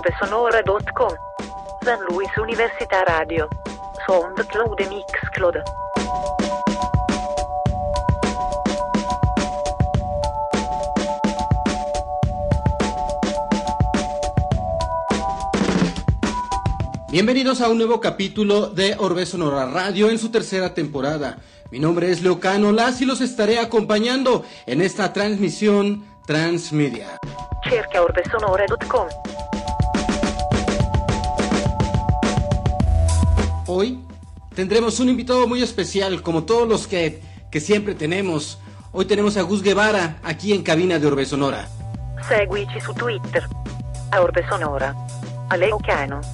orbesonora.com. San Luis Università Radio. SoundCloud e Mixcloud. Bienvenidos a un nuevo capítulo de Orbe Sonora Radio en su tercera temporada. Mi nombre es Leo Cánolas y los estaré acompañando en esta transmisión transmedia. Cerca orbesonora.com. Hoy tendremos un invitado muy especial, como todos los que siempre tenemos. Hoy tenemos a Gus Guevara aquí en cabina de Orbe Sonora. Seguici su Twitter. A Orbe Sonora. A Leo Cano.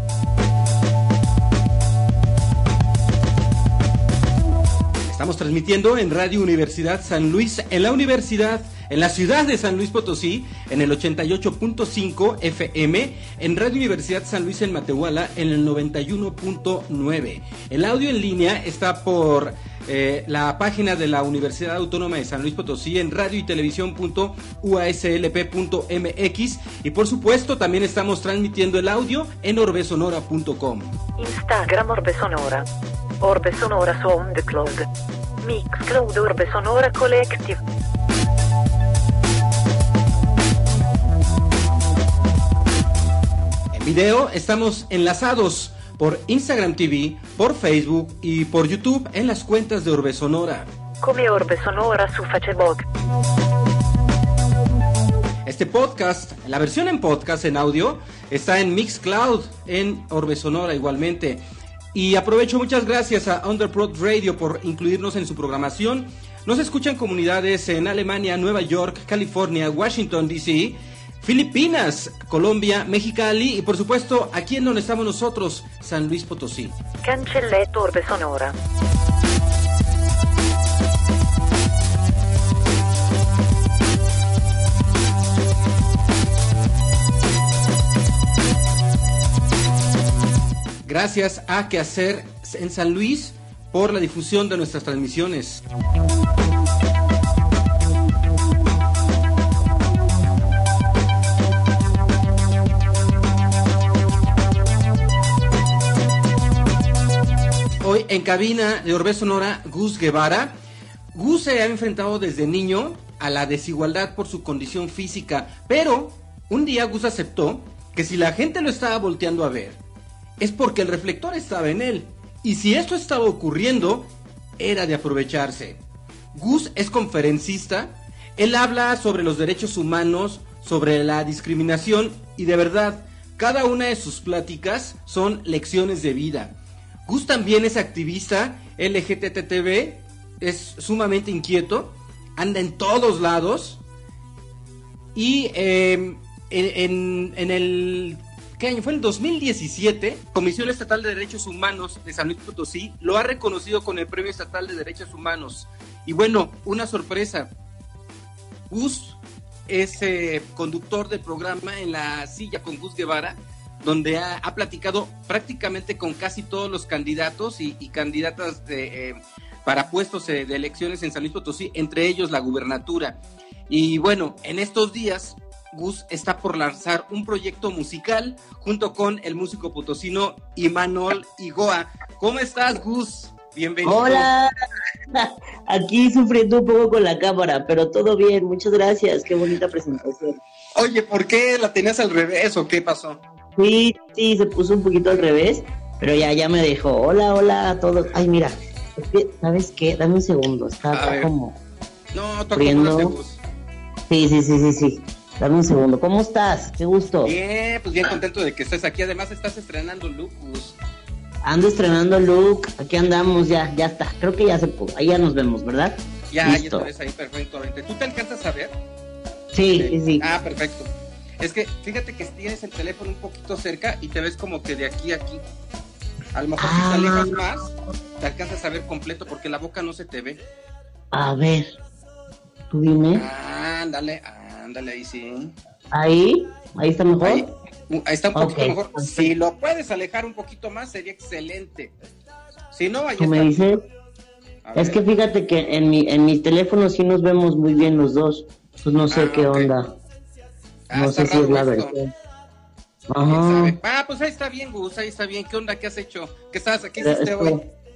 Estamos transmitiendo en Radio Universidad San Luis, en la ciudad de San Luis Potosí, en el 88.5 FM, en Radio Universidad San Luis en Matehuala, en el 91.9. El audio en línea está por la página de la Universidad Autónoma de San Luis Potosí en radio y televisión.uaslp.mx, y por supuesto también estamos transmitiendo el audio en orbesonora.com. Instagram Orbe Sonora. Orbe Sonora SoundCloud. Mixcloud Orbe Sonora Collective. En video estamos enlazados por Instagram TV, por Facebook y por YouTube en las cuentas de Orbe Sonora. Come Orbe Sonora su Facebook. Este podcast, la versión en podcast en audio, está en Mixcloud, en Orbe Sonora igualmente. Y aprovecho, muchas gracias a Underprod Radio por incluirnos en su programación. Nos escuchan comunidades en Alemania, Nueva York, California, Washington DC, Filipinas, Colombia, Mexicali y por supuesto aquí en donde estamos nosotros, San Luis Potosí. Cancelletto Orbe Sonora. Gracias a Quehacer en San Luis por la difusión de nuestras transmisiones. Hoy en cabina de Orbe Sonora, Gus Guevara. Gus se ha enfrentado desde niño a la desigualdad por su condición física, pero un día Gus aceptó que si la gente lo estaba volteando a ver, es porque el reflector estaba en él, y si esto estaba ocurriendo, era de aprovecharse. Gus es conferencista, él habla sobre los derechos humanos, sobre la discriminación, y de verdad, cada una de sus pláticas son lecciones de vida. Gus también es activista LGTB, es sumamente inquieto, anda en todos lados, y en el... ¿qué año? Fue en el 2017, Comisión Estatal de Derechos Humanos de San Luis Potosí lo ha reconocido con el Premio Estatal de Derechos Humanos. Y bueno, una sorpresa, Gus es conductor del programa En la Silla con Gus Guevara, donde ha platicado prácticamente con casi todos los candidatos y candidatas para puestos de elecciones en San Luis Potosí, entre ellos la gubernatura. Y bueno, en estos días Gus está por lanzar un proyecto musical junto con el músico potosino Imanol Igoa. ¿Cómo estás, Gus? Bienvenido. Hola, aquí sufriendo un poco con la cámara, pero todo bien, muchas gracias, qué bonita presentación. Oye, ¿por qué la tenías al revés o qué pasó? Sí, se puso un poquito al revés, pero ya me dejó. Hola a todos. Ay, mira, es que, ¿sabes qué? Dame un segundo, está como... No, tú acomódate, Gus. Sí. Dame un segundo. ¿Cómo estás? Qué gusto. Bien, pues bien contento de que estés aquí. Además estás estrenando look, Gus. Ando estrenando look. Aquí andamos, ya está. Creo que ya se pudo. Ahí ya nos vemos, ¿verdad? Ya te ves ahí perfectamente. ¿Tú te alcanzas a ver? Sí. Ah, perfecto. Es que fíjate que tienes el teléfono un poquito cerca y te ves como que de aquí a aquí. A lo mejor si te alejas más, te alcanzas a ver completo porque la boca no se te ve. A ver. Tú dime. Ándale, ahí sí. ¿Ahí está mejor? Ahí está un poquito mejor. Si lo puedes alejar un poquito más, sería excelente. Si no, ahí ¿Tú está. me dices? Es que fíjate que en mi teléfono sí nos vemos muy bien los dos. Pues no sé qué onda. No sé si es la versión. ¿Quién Ajá. sabe? Pues ahí está bien, Gus, ahí está bien. ¿Qué onda? ¿Qué has hecho? ¿Qué hiciste hoy?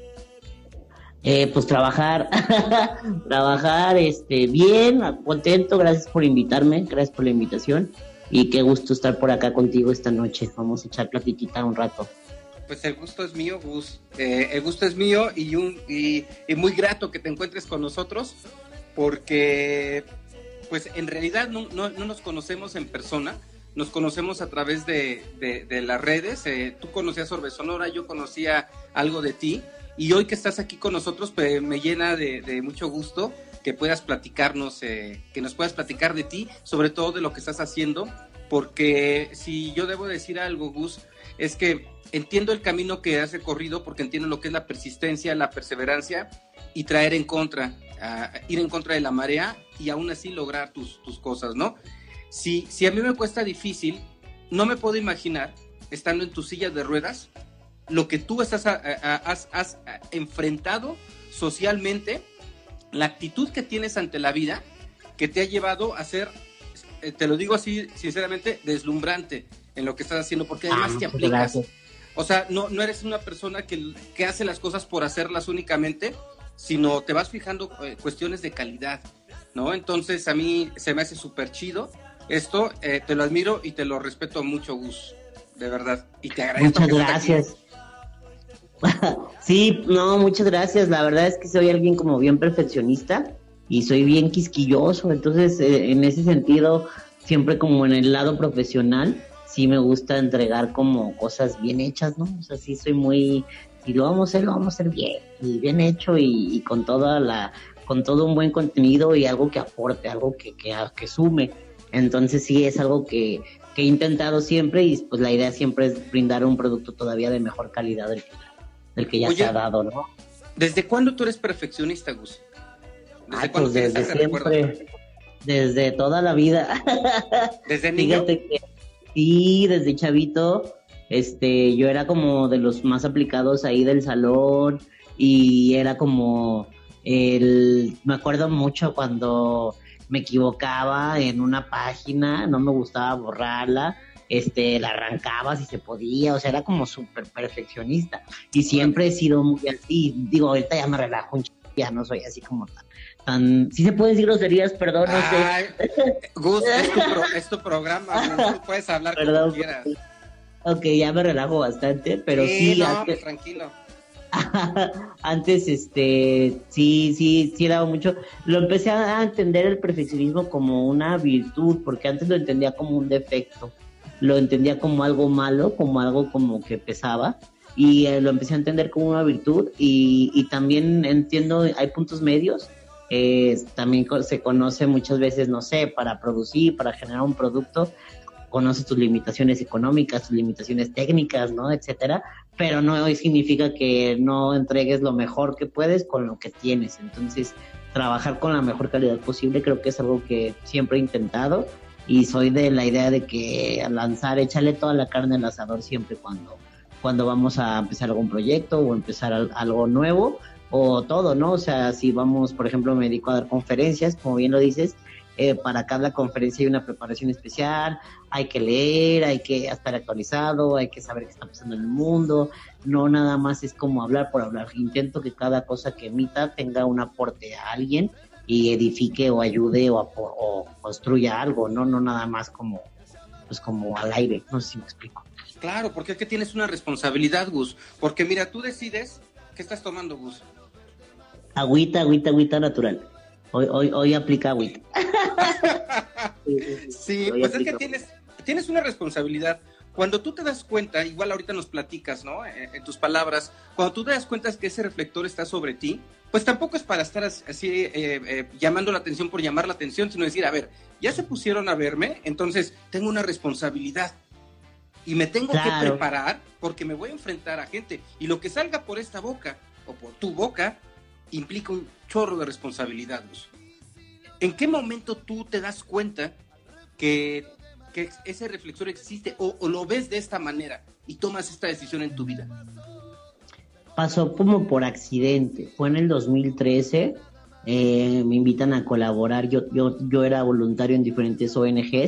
Pues trabajar, trabajar, bien, contento, gracias por invitarme, gracias por la invitación y qué gusto estar por acá contigo esta noche. Vamos a echar platiquita un rato. Pues el gusto es mío, Gus. El gusto es mío y muy grato que te encuentres con nosotros porque, pues en realidad no nos conocemos en persona, nos conocemos a través de las redes. Tú conocías Orbe Sonora, yo conocía algo de ti y hoy que estás aquí con nosotros pues, me llena de mucho gusto que puedas platicarnos, que nos puedas platicar de ti, sobre todo de lo que estás haciendo, porque si yo debo decir algo, Gus, es que entiendo el camino que has recorrido porque entiendo lo que es la persistencia, la perseverancia y ir en contra de la marea y aún así lograr tus cosas, ¿no? Si a mí me cuesta difícil, no me puedo imaginar, estando en tu silla de ruedas, lo que tú has enfrentado socialmente, la actitud que tienes ante la vida, que te ha llevado a ser, te lo digo así sinceramente, deslumbrante en lo que estás haciendo, porque además te aplicas. Gracias. O sea, no eres una persona que hace las cosas por hacerlas únicamente, sino te vas fijando cuestiones de calidad, ¿no? Entonces a mí se me hace súper chido esto, te lo admiro y te lo respeto mucho, Gus, de verdad, y te agradezco. Muchas gracias. Sí, no, muchas gracias. La verdad es que soy alguien como bien perfeccionista y soy bien quisquilloso, entonces en ese sentido, siempre como en el lado profesional, sí me gusta entregar como cosas bien hechas, ¿no? O sea, sí soy muy, si lo vamos a hacer bien, y bien hecho y con con todo un buen contenido y algo que aporte, algo que sume. Entonces sí es algo que he intentado siempre y pues la idea siempre es brindar un producto todavía de mejor calidad del que ya se ha dado, ¿no? ¿Desde cuándo tú eres perfeccionista, Gus? Pues desde siempre, desde toda la vida. ¿Desde niño? Fíjate que sí, desde chavito, yo era como de los más aplicados ahí del salón y era como me acuerdo mucho cuando me equivocaba en una página, no me gustaba borrarla, la arrancaba si se podía, o sea, era como súper perfeccionista y siempre he sido muy así. Digo, ahorita ya me relajo un chico, ya no soy así como tan, sí se puede decir groserías, perdón, no sé. Gus, es tu programa, Gus, tú puedes hablar como quieras. Ok, ya me relajo bastante, pero sí no, antes, pues tranquilo. antes, sí daba mucho. Lo empecé a entender el perfeccionismo como una virtud, porque antes lo entendía como un defecto, lo entendía como algo malo, como algo como que pesaba, y lo empecé a entender como una virtud, y también entiendo, hay puntos medios. También se conoce muchas veces, no sé, para producir, para generar un producto, conoces tus limitaciones económicas, tus limitaciones técnicas, ¿no? Etcétera, pero no significa que no entregues lo mejor que puedes con lo que tienes. Entonces, trabajar con la mejor calidad posible creo que es algo que siempre he intentado y soy de la idea de que al lanzar, échale toda la carne al asador siempre cuando vamos a empezar algún proyecto o empezar algo nuevo o todo, ¿no? O sea, si vamos, por ejemplo, me dedico a dar conferencias, como bien lo dices, para cada conferencia hay una preparación especial, hay que leer, hay que estar actualizado, hay que saber qué está pasando en el mundo, no nada más es como hablar por hablar. Intento que cada cosa que emita tenga un aporte a alguien y edifique o ayude o construya algo, no nada más como al aire, no sé si me explico. Claro, porque es que tienes una responsabilidad, Gus, porque mira, tú decides qué estás tomando, Gus. Agüita natural. Hoy aplica agüita. Sí, pues es que tienes una responsabilidad. Cuando tú te das cuenta, igual ahorita nos platicas, ¿no? En tus palabras, cuando tú te das cuenta que ese reflector está sobre ti, pues tampoco es para estar así llamando la atención por llamar la atención, sino decir, a ver, ya se pusieron a verme, entonces tengo una responsabilidad y me tengo que preparar porque me voy a enfrentar a gente y lo que salga por esta boca o por tu boca implica un chorro de responsabilidad, Gus. ¿En qué momento tú te das cuenta que ese reflector existe o lo ves de esta manera y tomas esta decisión en tu vida? Pasó como por accidente, fue en el 2013, me invitan a colaborar, yo era voluntario en diferentes ONGs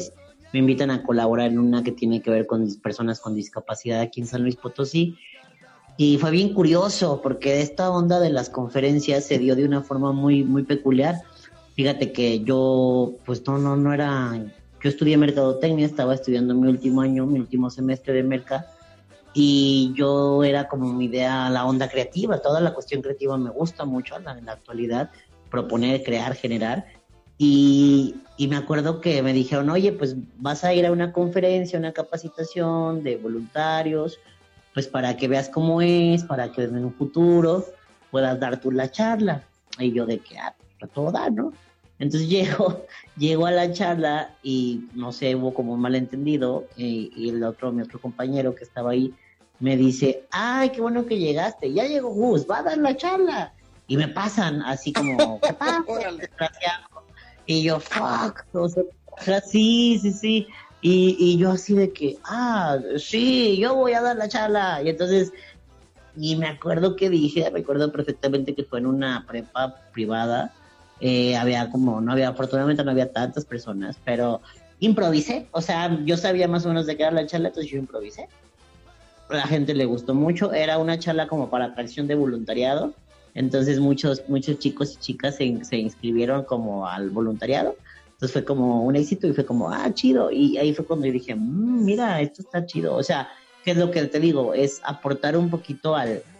me invitan a colaborar en una que tiene que ver con personas con discapacidad aquí en San Luis Potosí. Y fue bien curioso porque esta onda de las conferencias se dio de una forma muy, muy peculiar. Fíjate que yo, pues no era, yo estudié mercadotecnia, estaba estudiando mi último año, mi último semestre de merca, y yo era como mi idea, la onda creativa, toda la cuestión creativa me gusta mucho en la actualidad, proponer, crear, generar. Y me acuerdo que me dijeron, oye, pues vas a ir a una conferencia, una capacitación de voluntarios, pues para que veas cómo es, para que en un futuro puedas dar tú la charla. Y yo de que, pues todo da, ¿no? Entonces llego a la charla y no sé, hubo como un malentendido y mi otro compañero que estaba ahí me dice, ay, qué bueno que llegaste, ya llegó Gus, va a dar la charla. Y me pasan así como, ¿qué pasa? Desgraciado. Y yo, fuck, o sea, sí. Y yo así de que, sí, yo voy a dar la charla. Y entonces, y me acuerdo que dije, recuerdo perfectamente que fue en una prepa privada. Afortunadamente no había tantas personas, pero improvisé. O sea, yo sabía más o menos de qué era la charla, entonces yo improvisé. A la gente le gustó mucho. Era una charla como para atracción de voluntariado. Entonces muchos chicos y chicas se inscribieron como al voluntariado. Entonces fue como un éxito y fue como, chido. Y ahí fue cuando yo dije, mira, esto está chido. O sea, ¿qué es lo que te digo? Es aportar un poquito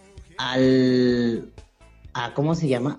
¿cómo se llama?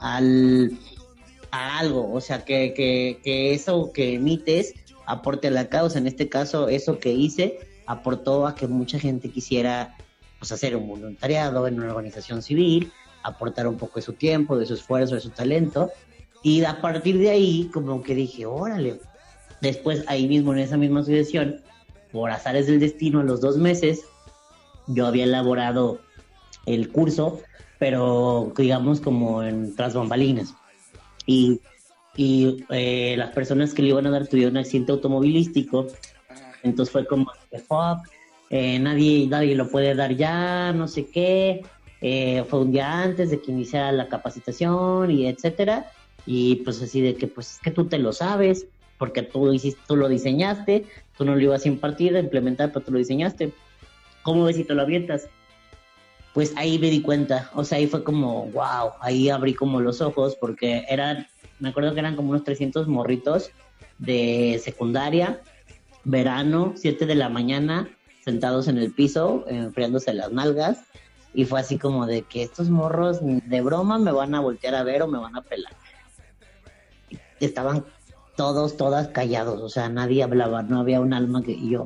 A algo. O sea, que eso que emites aporte a la causa. En este caso, eso que hice aportó a que mucha gente quisiera, pues, hacer un voluntariado en una organización civil, aportar un poco de su tiempo, de su esfuerzo, de su talento. Y a partir de ahí, como que dije, órale. Después, ahí mismo, en esa misma asociación, por azares del destino, a los 2 meses, yo había elaborado el curso, pero digamos como en tras bambalinas. Y las personas que le iban a dar tuvieron un accidente automovilístico. Entonces fue como, fuck, nadie lo puede dar ya, no sé qué. Fue un día antes de que iniciara la capacitación y etcétera. Y pues así de que, pues es que tú te lo sabes, porque tú lo diseñaste, tú no lo ibas a impartir, a implementar, pero tú lo diseñaste. ¿Cómo ves si te lo avientas? Pues ahí me di cuenta, o sea, ahí fue como, wow, ahí abrí como los ojos, porque me acuerdo que eran como unos 300 morritos de secundaria, verano, 7 de la mañana, sentados en el piso, enfriándose las nalgas, y fue así como de que estos morros de broma me van a voltear a ver o me van a pelar. Estaban todas callados, o sea, nadie hablaba, no había un alma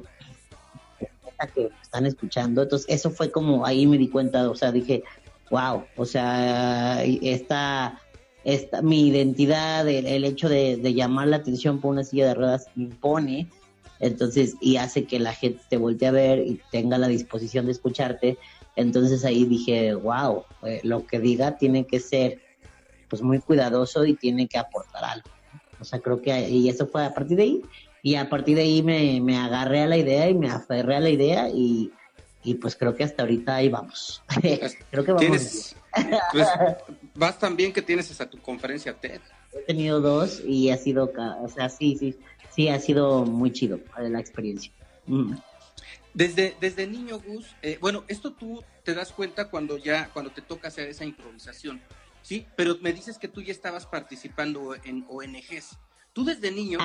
que están escuchando. Entonces eso fue como, ahí me di cuenta, o sea, dije, wow, o sea, mi identidad, el hecho de llamar la atención por una silla de ruedas impone, entonces, y hace que la gente te voltee a ver y tenga la disposición de escucharte. Entonces ahí dije, wow, lo que diga tiene que ser pues muy cuidadoso y tiene que aportar algo. O sea, creo que, y eso fue a partir de ahí. Y a partir de ahí me agarré a la idea y me aferré a la idea y pues creo que hasta ahita ahí vamos. Creo que vamos. Pues, vas tan bien que tienes hasta tu conferencia TED. He tenido 2 y ha sido, o sea, sí, ha sido muy chido la experiencia. Desde niño, Gus, bueno, esto tú te das cuenta cuando te toca hacer esa improvisación, ¿sí? Pero me dices que tú ya estabas participando en ONGs. Tú desde niño...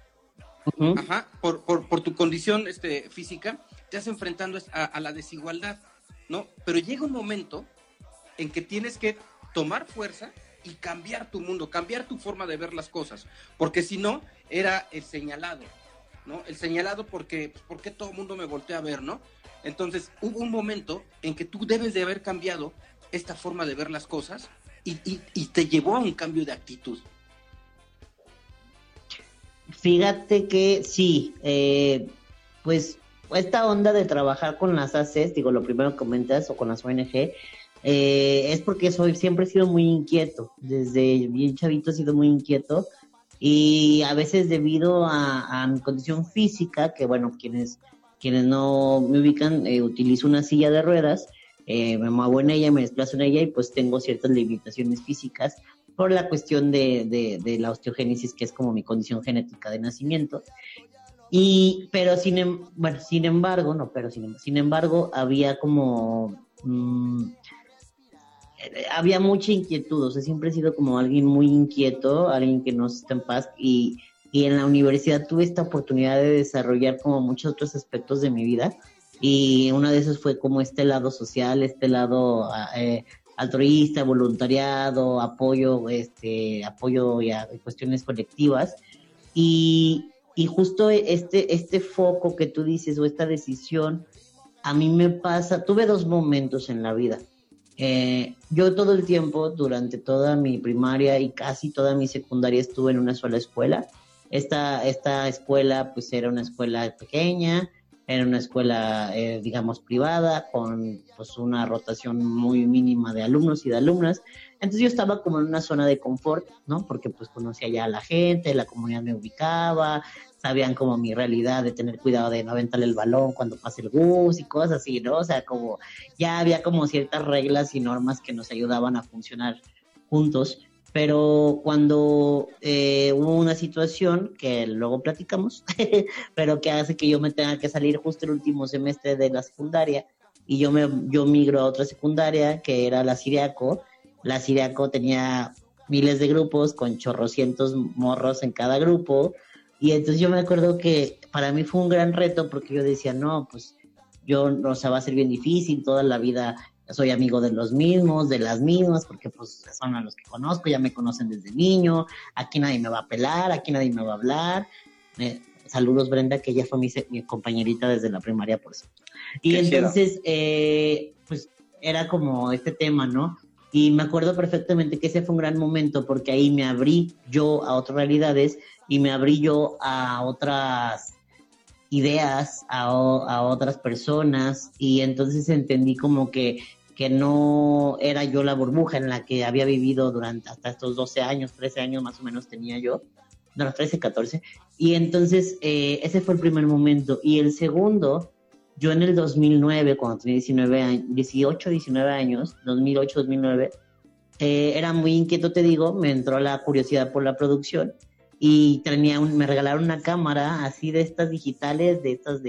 por tu condición física, te has enfrentando a la desigualdad, ¿no? Pero llega un momento en que tienes que tomar fuerza y cambiar tu mundo, cambiar tu forma de ver las cosas, porque si no, era el señalado, ¿no? El señalado porque todo el mundo me voltea a ver, ¿no? Entonces, hubo un momento en que tú debes de haber cambiado esta forma de ver las cosas y te llevó a un cambio de actitud. Fíjate que sí, pues esta onda de trabajar con las ACES, digo, lo primero que comentas, o con las ONG, es porque siempre he sido muy inquieto, desde bien chavito he sido muy inquieto, y a veces debido a mi condición física, que bueno, quienes no me ubican, utilizo una silla de ruedas, me muevo en ella, me desplazo en ella y pues tengo ciertas limitaciones físicas por la cuestión de la osteogénesis, que es como mi condición genética de nacimiento. Pero sin embargo, no, pero sin embargo, había como, había mucha inquietud, o sea, siempre he sido como alguien muy inquieto, alguien que no está en paz, y en la universidad tuve esta oportunidad de desarrollar como muchos otros aspectos de mi vida, y uno de esos fue como este lado social, este lado altruista, voluntariado, apoyo y a cuestiones colectivas, y justo este foco que tú dices o esta decisión, a mí me pasa, tuve dos momentos en la vida. Yo todo el tiempo, durante toda mi primaria y casi toda mi secundaria estuve en una sola escuela. Esta escuela pues era una escuela pequeña, era una escuela digamos privada, con pues una rotación muy mínima de alumnos y de alumnas. Entonces yo estaba como en una zona de confort, ¿no? Porque pues conocía ya a la gente, la comunidad me ubicaba, sabían como mi realidad de tener cuidado de no aventarle el balón cuando pase el bus y cosas así, ¿no? O sea, como ya había como ciertas reglas y normas que nos ayudaban a funcionar juntos, pero cuando hubo una situación que luego platicamos, pero que hace que yo me tenga que salir justo el último semestre de la secundaria y yo migro a otra secundaria que era la Siriaco. La Siriaco tenía miles de grupos con chorrocientos morros en cada grupo, y entonces yo me acuerdo que para mí fue un gran reto porque yo decía, no, pues yo, o sea, va a ser bien difícil, toda la vida soy amigo de los mismos, de las mismas, porque pues son a los que conozco, ya me conocen desde niño, aquí nadie me va a pelar, aquí nadie me va a hablar. Saludos Brenda, que ella fue mi compañerita desde la primaria, por eso. Y qué entonces, pues era como este tema, ¿no? Y me acuerdo perfectamente que ese fue un gran momento porque ahí me abrí yo a otras realidades y me abrí yo a otras ideas, a otras personas, y entonces entendí como que no era yo la burbuja en la que había vivido durante hasta estos 12 años, 13 años más o menos tenía yo, no, 13, 14, y entonces ese fue el primer momento. Y el segundo, yo en el 2009, cuando tenía 18, 19 años, 2008, 2009, era muy inquieto, te digo, me entró la curiosidad por la producción, y me regalaron una cámara así de estas digitales,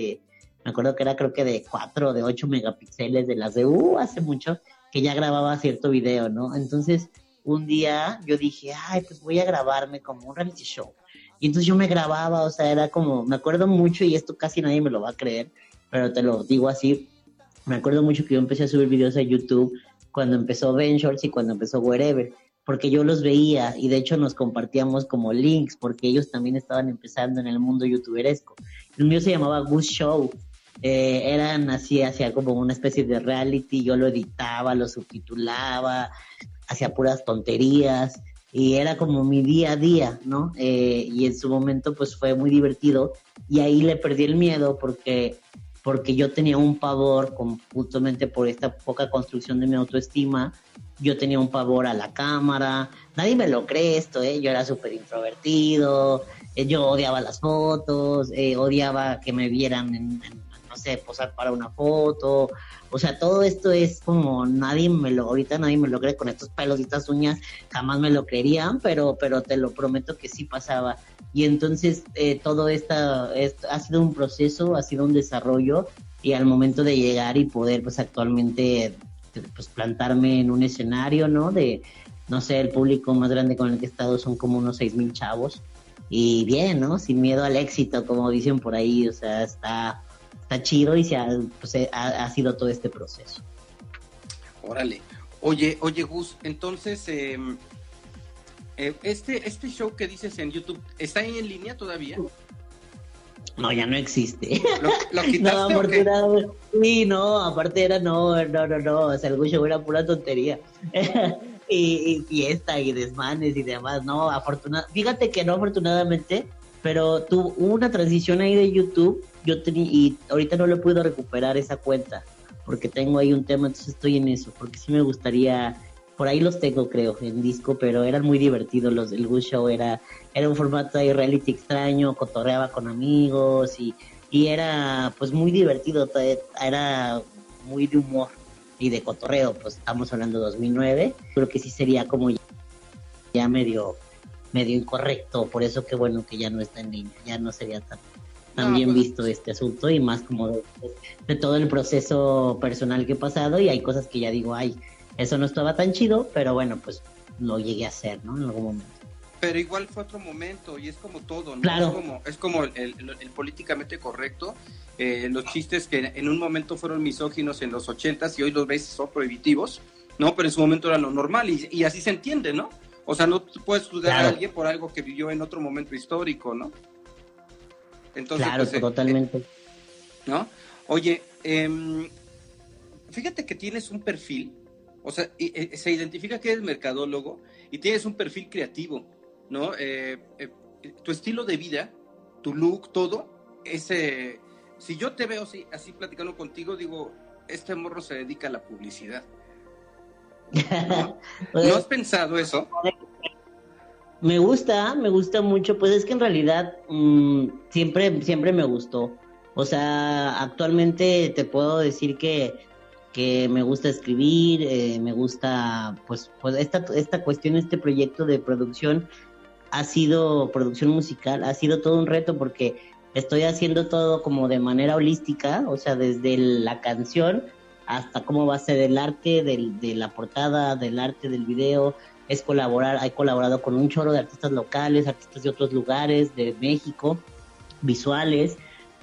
me acuerdo que era creo que de 4 o de 8 megapíxeles, de las de hace mucho, que ya grababa cierto video, ¿no? Entonces, un día yo dije, ay, pues voy a grabarme como un reality show. Y entonces yo me grababa, o sea, era como, me acuerdo mucho, y esto casi nadie me lo va a creer, pero te lo digo así, me acuerdo mucho que yo empecé a subir videos a YouTube cuando empezó Ventures y cuando empezó Wherever, porque yo los veía y de hecho nos compartíamos como links porque ellos también estaban empezando en el mundo youtuberesco. El mío se llamaba Goose Show, eran así, hacía como una especie de reality, yo lo editaba, lo subtitulaba, hacía puras tonterías y era como mi día a día, ¿no? Y en su momento pues fue muy divertido y ahí le perdí el miedo porque yo tenía un pavor, justamente por esta poca construcción de mi autoestima, yo tenía un pavor a la cámara. Nadie me lo cree esto, yo era súper introvertido, yo odiaba las fotos, odiaba que me vieran no sé, posar para una foto. O sea, todo esto es como ahorita nadie me lo cree con estos pelos y estas uñas, jamás me lo creerían, pero te lo prometo que sí pasaba. Y entonces todo esto ha sido un proceso, ha sido un desarrollo, y al momento de llegar y poder pues actualmente pues plantarme en un escenario, ¿no? No sé, el público más grande con el que he estado son como unos 6,000 chavos, y bien, ¿no? Sin miedo al éxito, como dicen por ahí, o sea, está chido y ha sido todo este proceso. Órale. Oye, Gus, entonces, este show que dices en YouTube, ¿está ahí en línea todavía? No, ya no existe. ¿Lo quitaste? No, afortunadamente. Sí, no, aparte era no, o sea, el show era pura tontería. y fiesta y desmanes y demás, no, fíjate que no afortunadamente, pero hubo una transición ahí de YouTube, y ahorita no lo puedo recuperar esa cuenta, porque tengo ahí un tema, entonces estoy en eso, porque sí me gustaría, por ahí los tengo creo, en disco, pero eran muy divertidos los del Goose Show, era un formato de reality extraño, cotorreaba con amigos, y era pues muy divertido, era muy de humor y de cotorreo, pues estamos hablando de 2009, creo que sí sería como ya medio incorrecto, por eso que bueno que ya no está en línea, ya no sería tan también pues, visto este asunto y más como de todo el proceso personal que he pasado, y hay cosas que ya digo, ay, eso no estaba tan chido, pero bueno, pues lo llegué a hacer, ¿no? En algún momento. pero igual fue otro momento y es como todo, ¿no? Claro. Es como el políticamente correcto, los chistes que en un momento fueron misóginos en los 80s y hoy los ves son prohibitivos, ¿no? Pero en su momento era lo normal y así se entiende, ¿no? O sea, no puedes juzgar a alguien por algo que vivió en otro momento histórico, ¿no? Entonces, claro, pues, totalmente. ¿no? Oye, fíjate que tienes un perfil, o sea, se identifica que eres mercadólogo y tienes un perfil creativo, ¿no? Tu estilo de vida, tu look, todo, si yo te veo así platicando contigo, digo, este morro se dedica a la publicidad. ¿No? ¿No has pensado eso? Me gusta mucho, pues es que en realidad siempre me gustó. O sea, actualmente te puedo decir que me gusta escribir, me gusta, pues esta cuestión, este proyecto de producción producción musical, ha sido todo un reto porque estoy haciendo todo como de manera holística, o sea, desde la canción hasta cómo va a ser el arte de la portada, del arte del video. He colaborado con un chorro de artistas locales, artistas de otros lugares, de México, visuales,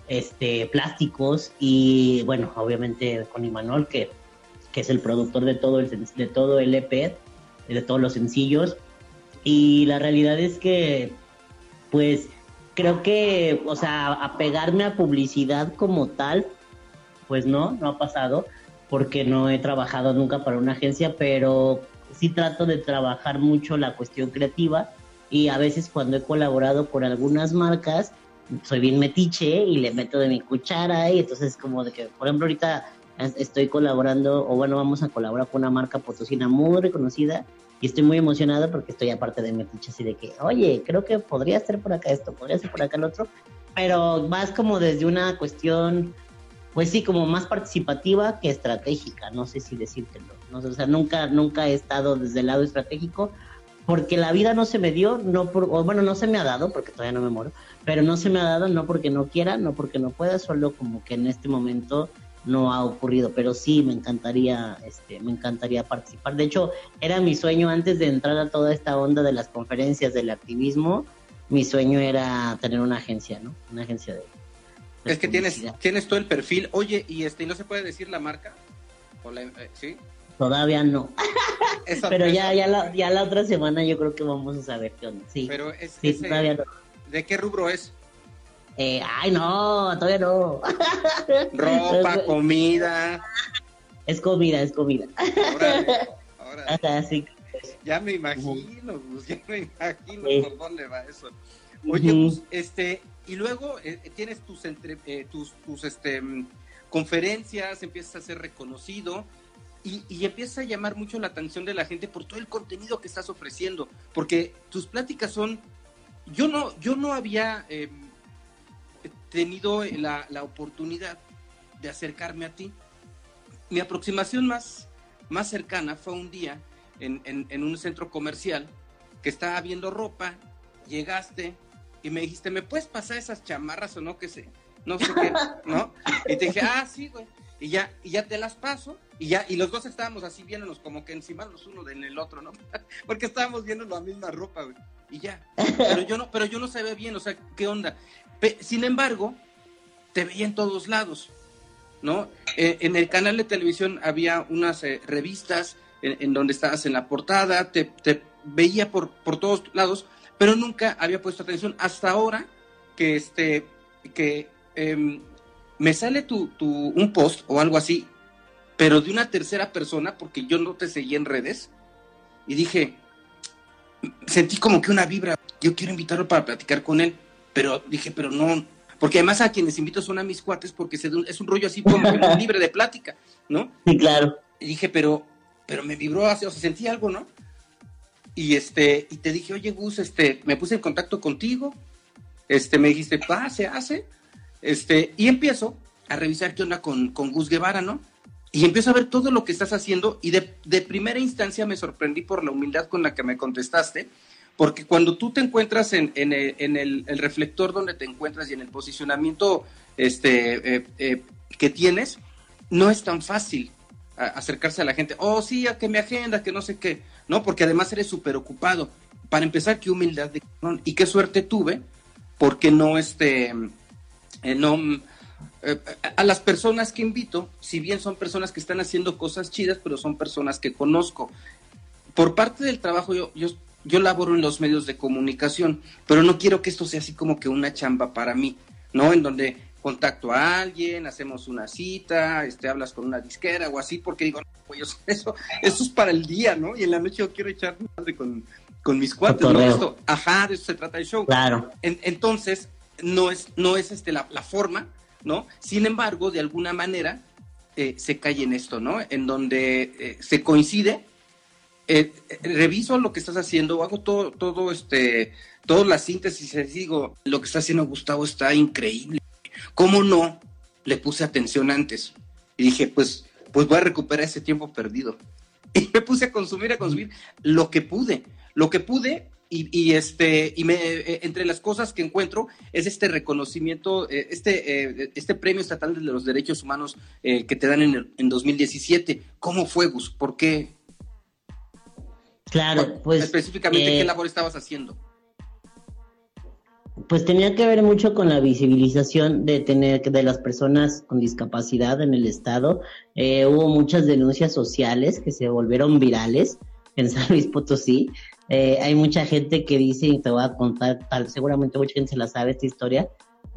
plásticos, y bueno, obviamente con Imanol, que es el productor de todo el EP, de todos los sencillos. Y la realidad es que, pues, creo que, o sea, apegarme a publicidad como tal, pues no ha pasado, porque no he trabajado nunca para una agencia, pero sí trato de trabajar mucho la cuestión creativa, y a veces cuando he colaborado con algunas marcas, soy bien metiche y le meto de mi cuchara, y entonces como de que, por ejemplo, ahorita estoy colaborando, o bueno, vamos a colaborar con una marca potosina muy reconocida, y estoy muy emocionada porque estoy aparte de metiche, así de que, oye, creo que podría ser por acá esto, podría ser por acá el otro, pero más como desde una cuestión, pues sí, como más participativa que estratégica, no sé si decírtelo, ¿no? O sea, nunca he estado desde el lado estratégico, porque la vida no se me dio, no se me ha dado, porque todavía no me muero, pero no se me ha dado, no porque no quiera, no porque no pueda, solo como que en este momento no ha ocurrido, pero sí me encantaría participar. De hecho, era mi sueño antes de entrar a toda esta onda de las conferencias, del activismo. Mi sueño era tener una agencia, ¿no? Una agencia de es que tienes todo el perfil. Oye, ¿y no se puede decir la marca? ¿Sí? Todavía no. Pero ya la otra semana yo creo que vamos a saber qué onda. Sí, pero todavía no. ¿De qué rubro es? Ay, no, todavía no. Ropa, comida. Es comida. Órale. Ajá, sí. Ya me imagino, por dónde va eso. Oye, pues, y luego tienes tus conferencias, empiezas a ser reconocido y empiezas a llamar mucho la atención de la gente por todo el contenido que estás ofreciendo, porque tus pláticas son, yo no había tenido la oportunidad de acercarme a ti. Mi aproximación más cercana fue un día en un centro comercial que estaba viendo ropa, llegaste y me dijiste, ¿me puedes pasar esas chamarras o no? No sé qué, ¿no? Y te dije, sí, güey. Y ya te las paso, y los dos estábamos así viéndonos como que encima los uno en el otro, ¿no? Porque estábamos viendo la misma ropa, güey. Y ya. Pero yo no sabía bien, o sea, ¿qué onda? Sin embargo, te veía en todos lados, ¿no? En el canal de televisión había unas revistas en donde estabas en la portada, te veía por todos lados, pero nunca había puesto atención hasta ahora que me sale un post o algo así, pero de una tercera persona, porque yo no te seguí en redes, y dije, sentí como que una vibra, yo quiero invitarlo para platicar con él, pero dije, pero no, porque además a quienes invito son a mis cuates, porque es un rollo así como que muy libre de plática, ¿no? Sí, claro. Y dije, pero me vibró así, o sea, sentí algo, ¿no? Y te dije, oye, Gus, me puse en contacto contigo, me dijiste, se hace, y empiezo a revisar qué onda con Gus Guevara, ¿no? Y empiezo a ver todo lo que estás haciendo, y de primera instancia me sorprendí por la humildad con la que me contestaste, porque cuando tú te encuentras en el reflector donde te encuentras y en el posicionamiento que tienes, no es tan fácil acercarse a la gente. Oh, sí, a que mi agenda, que no sé qué, ¿no? Porque además eres súper ocupado. Para empezar, qué humildad y qué suerte tuve, porque a las personas que invito, si bien son personas que están haciendo cosas chidas, pero son personas que conozco. Por parte del trabajo, yo laboro en los medios de comunicación, pero no quiero que esto sea así como que una chamba para mí, ¿no? En donde contacto a alguien, hacemos una cita, hablas con una disquera o así, porque digo, no, pues eso es para el día, ¿no? Y en la noche yo quiero echar madre con mis cuates, ¿no? De eso se trata el show. Claro. Entonces, no es la forma, ¿no? Sin embargo, de alguna manera, se cae en esto, ¿no? En donde se coincide, reviso lo que estás haciendo, hago toda la síntesis y digo, lo que está haciendo Gustavo está increíble. ¿Cómo no le puse atención antes? Y dije, pues voy a recuperar ese tiempo perdido. Y me puse a consumir lo que pude. Y entre las cosas que encuentro es este reconocimiento, este premio estatal de los derechos humanos que te dan en 2017. ¿Cómo fue, Gus? ¿Por qué? Claro, pues específicamente, ¿qué labor estabas haciendo? Pues tenía que ver mucho con la visibilización de las personas con discapacidad en el estado. Hubo muchas denuncias sociales que se volvieron virales en San Luis Potosí. Hay mucha gente que dice, y te voy a contar, seguramente mucha gente se la sabe esta historia.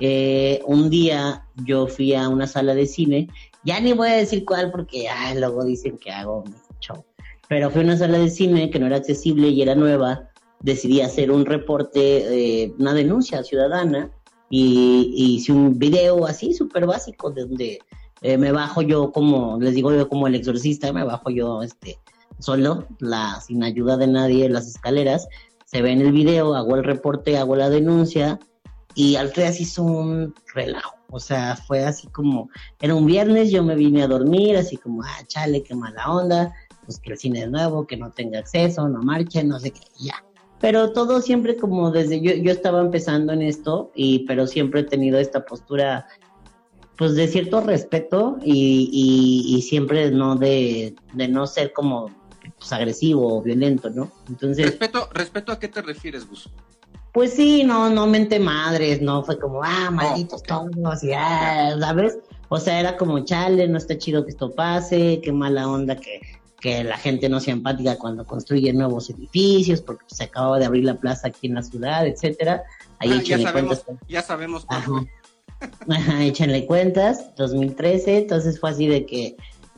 Un día yo fui a una sala de cine, ya ni voy a decir cuál porque luego dicen que hago show, pero fue una sala de cine que no era accesible y era nueva. Decidí hacer un reporte, una denuncia ciudadana, y hice un video así súper básico de donde me bajo yo, como les digo yo, como el exorcista, me bajo yo solo, sin ayuda de nadie, en las escaleras. Se ve en el video, hago el reporte, hago la denuncia, y al otro día se hizo un relajo. O sea, fue así como, era un viernes, yo me vine a dormir, así como, chale, qué mala onda, pues que el cine es nuevo, que no tenga acceso, no marchen, no sé qué, ya. Pero todo siempre como desde, yo estaba empezando en esto, pero siempre he tenido esta postura, pues de cierto respeto, y siempre no de no ser como pues, agresivo o violento, ¿no? Entonces, ¿Respeto a qué te refieres, Gus? Pues sí, no menté madres, no fue como, malditos todos, y ¿sabes? O sea, era como, chale, no está chido que esto pase, qué mala onda que la gente no sea empática cuando construye nuevos edificios, porque se acababa de abrir la plaza aquí en la ciudad, etcétera. Ahí échenle cuentas. Ya sabemos cuál fue. Échenle cuentas, 2013, entonces fue así de que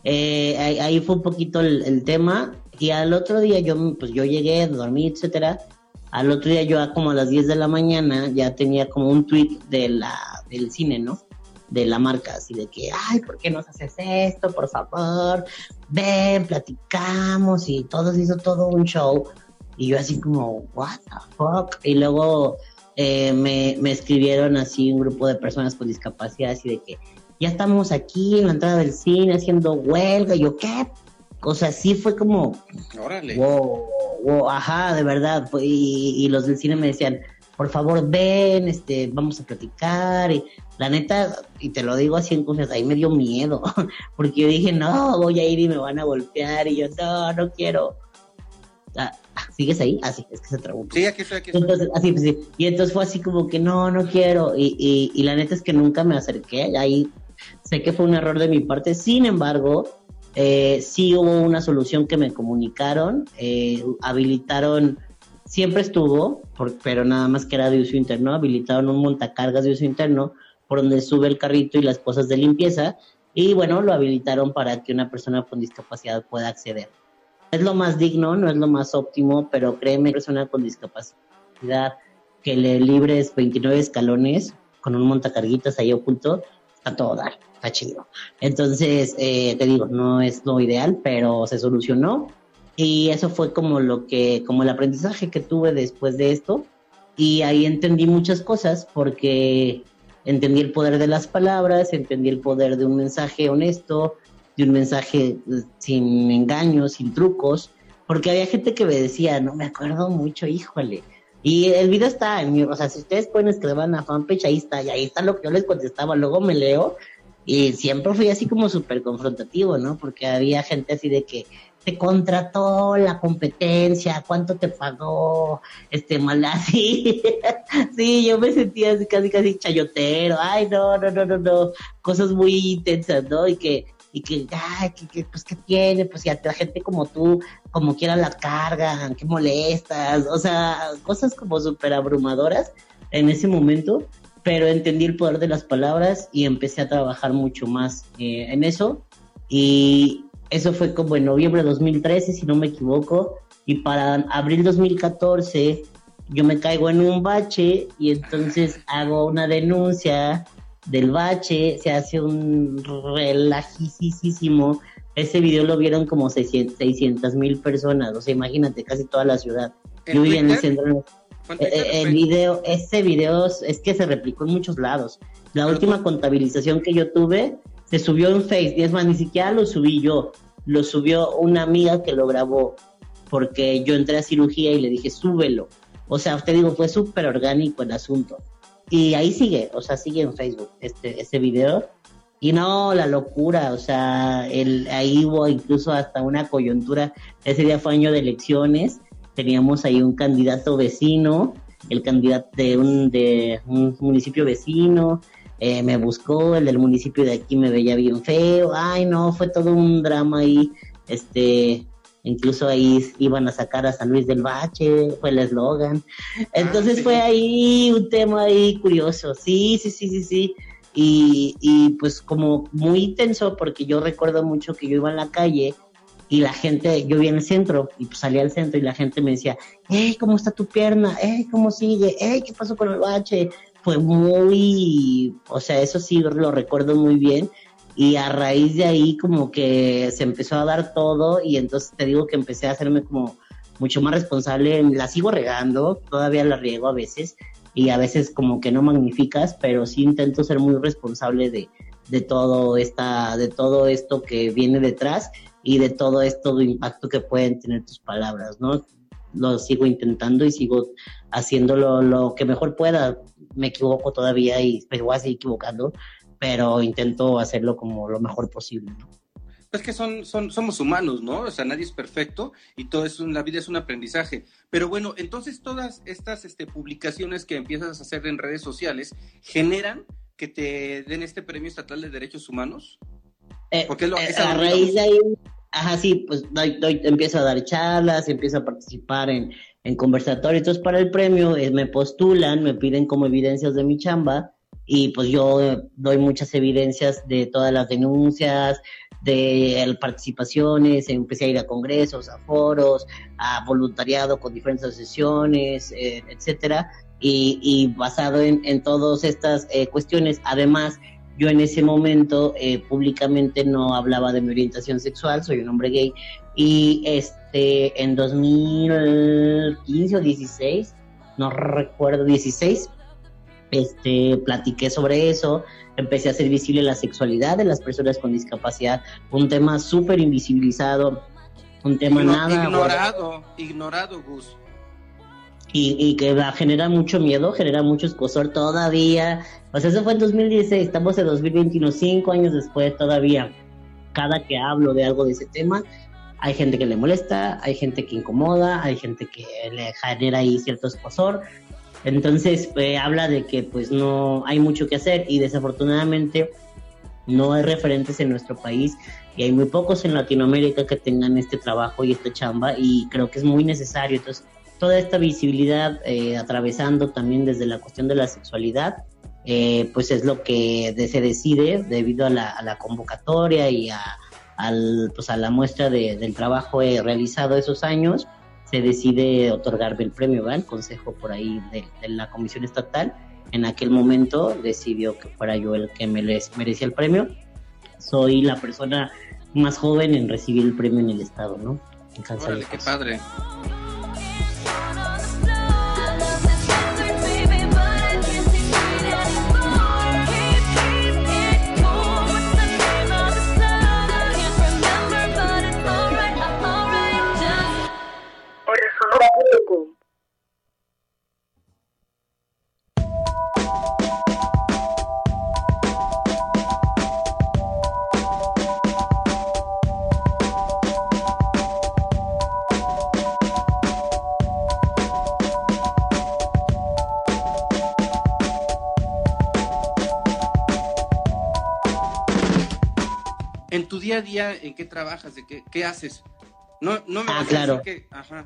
ahí fue un poquito el tema, y al otro día yo llegué, dormí, etcétera. Al otro día yo como a las 10 de la mañana ya tenía como un tweet del cine, ¿no? De la marca, así de que, ¿por qué nos haces esto? Por favor, ven, platicamos, y todo se hizo todo un show. Y yo así como, what the fuck? Y luego me escribieron así un grupo de personas con discapacidad, así de que, ya estamos aquí en la entrada del cine haciendo huelga. Y yo, ¿qué? O sea, sí fue como, órale. Wow, de verdad. Y los del cine me decían, por favor, ven, vamos a platicar. Y la neta, y te lo digo así en cosas, ahí me dio miedo, porque yo dije, no, voy a ir y me van a golpear. Y yo, no quiero. ¿Sigues ahí? Sí, es que se trabó. Sí, aquí estoy. Entonces, así, pues, sí. Y entonces fue así como que no quiero. Y la neta es que nunca me acerqué. Ahí sé que fue un error de mi parte. Sin embargo, sí hubo una solución que me comunicaron, habilitaron, siempre estuvo, pero nada más que era de uso interno, habilitaron un montacargas de uso interno por donde sube el carrito y las cosas de limpieza, y bueno, lo habilitaron para que una persona con discapacidad pueda acceder. No es lo más digno, no es lo más óptimo, pero créeme, una persona con discapacidad que le libres 29 escalones con un montacarguitas ahí oculto, a todo dar, está chido. Entonces, te digo, no es lo ideal, pero se solucionó, y eso fue como el aprendizaje que tuve después de esto, y ahí entendí muchas cosas, porque entendí el poder de las palabras, entendí el poder de un mensaje honesto, de un mensaje sin engaños, sin trucos, porque había gente que me decía, no me acuerdo mucho, híjole, Y el video está en mi, o sea, si ustedes pueden escribir en la fanpage, ahí está, y ahí está lo que yo les contestaba, luego me leo, y siempre fui así como súper confrontativo, ¿no? Porque había gente así de que te contrató la competencia, ¿cuánto te pagó? Mal así. Sí, yo me sentía así casi chayotero, ay, no, cosas muy intensas, ¿no? Ay, pues, ¿qué tiene? Pues, ya la gente como tú, como quiera la cargan, qué molestas, o sea, cosas como súper abrumadoras en ese momento, pero entendí el poder de las palabras y empecé a trabajar mucho más en eso, y eso fue como en noviembre de 2013, si no me equivoco, y para abril 2014 yo me caigo en un bache y entonces hago una denuncia del bache, se hace un relajisísimo. Ese video lo vieron como 600,000 personas, o sea, imagínate, casi toda la ciudad. Yo vivía en el centro. Ese video es que se replicó en muchos lados. La última contabilización que yo tuve se subió en Facebook, y es más, ni siquiera lo subí yo, lo subió una amiga que lo grabó, porque yo entré a cirugía y le dije, súbelo. O sea, te digo, fue súper orgánico el asunto. Y ahí sigue, o sea, sigue en Facebook este video. Y no, la locura, o sea, ahí hubo incluso hasta una coyuntura. Ese día fue año de elecciones, teníamos ahí un candidato vecino, el candidato de un municipio vecino, me buscó, el del municipio de aquí me veía bien feo, ay no, fue todo un drama ahí, incluso ahí iban a sacar a San Luis del Bache, fue el eslogan. Entonces sí. Fue ahí un tema ahí curioso, sí. Y pues como muy tenso, porque yo recuerdo mucho que yo iba en la calle y la gente, yo vivía en el centro y pues salía al centro y la gente me decía, hey, ¿cómo está tu pierna? Hey, ¿cómo sigue? Hey, ¿qué pasó con el bache? Fue muy, o sea, eso sí lo recuerdo muy bien. Y a raíz de ahí como que se empezó a dar todo y entonces te digo que empecé a hacerme como mucho más responsable. La sigo regando, todavía la riego a veces y a veces como que no magnificas, pero sí intento ser muy responsable de todo esto que viene detrás y de todo esto de impacto que pueden tener tus palabras, ¿no? Lo sigo intentando y sigo haciéndolo lo que mejor pueda. Me equivoco todavía y me voy a seguir equivocando, pero intento hacerlo como lo mejor posible, ¿no? Es que somos humanos, ¿no? O sea, nadie es perfecto y todo es la vida es un aprendizaje. Pero bueno, entonces todas estas publicaciones que empiezas a hacer en redes sociales generan que te den este premio estatal de derechos humanos. Porque a raíz de ahí, sí, pues empiezo a dar charlas, empiezo a participar en conversatorios para el premio, me postulan, me piden como evidencias de mi chamba. Y pues yo doy muchas evidencias de todas las denuncias, de participaciones, empecé a ir a congresos, a foros, a voluntariado con diferentes asociaciones, etcétera, y basado en todas estas cuestiones. Además, yo en ese momento públicamente no hablaba de mi orientación sexual, soy un hombre gay, y en 2015 o 16, no recuerdo, 16, platiqué sobre eso, empecé a hacer visible la sexualidad de las personas con discapacidad, un tema súper invisibilizado, un tema ignorado, Gus. Y que genera mucho miedo, genera mucho escozor todavía. O sea, eso fue en 2016, estamos en 2021, 5 años después todavía. Cada que hablo de algo de ese tema, hay gente que le molesta, hay gente que incomoda, hay gente que le genera ahí cierto escozor. Entonces habla de que pues no hay mucho que hacer y desafortunadamente no hay referentes en nuestro país y hay muy pocos en Latinoamérica que tengan este trabajo y esta chamba, y creo que es muy necesario. Entonces toda esta visibilidad atravesando también desde la cuestión de la sexualidad, pues es lo que se decide debido a la convocatoria y a la muestra del trabajo realizado esos años. Se decide otorgarme el premio, ¿verdad? El consejo por ahí de la Comisión Estatal en aquel momento decidió que fuera yo el que merecía el premio. Soy la persona más joven en recibir el premio en el estado, ¿no? Órale, qué padre. en tu día a día, ¿en qué trabajas? ¿De qué haces? No me vas claro. a decir que... Ajá.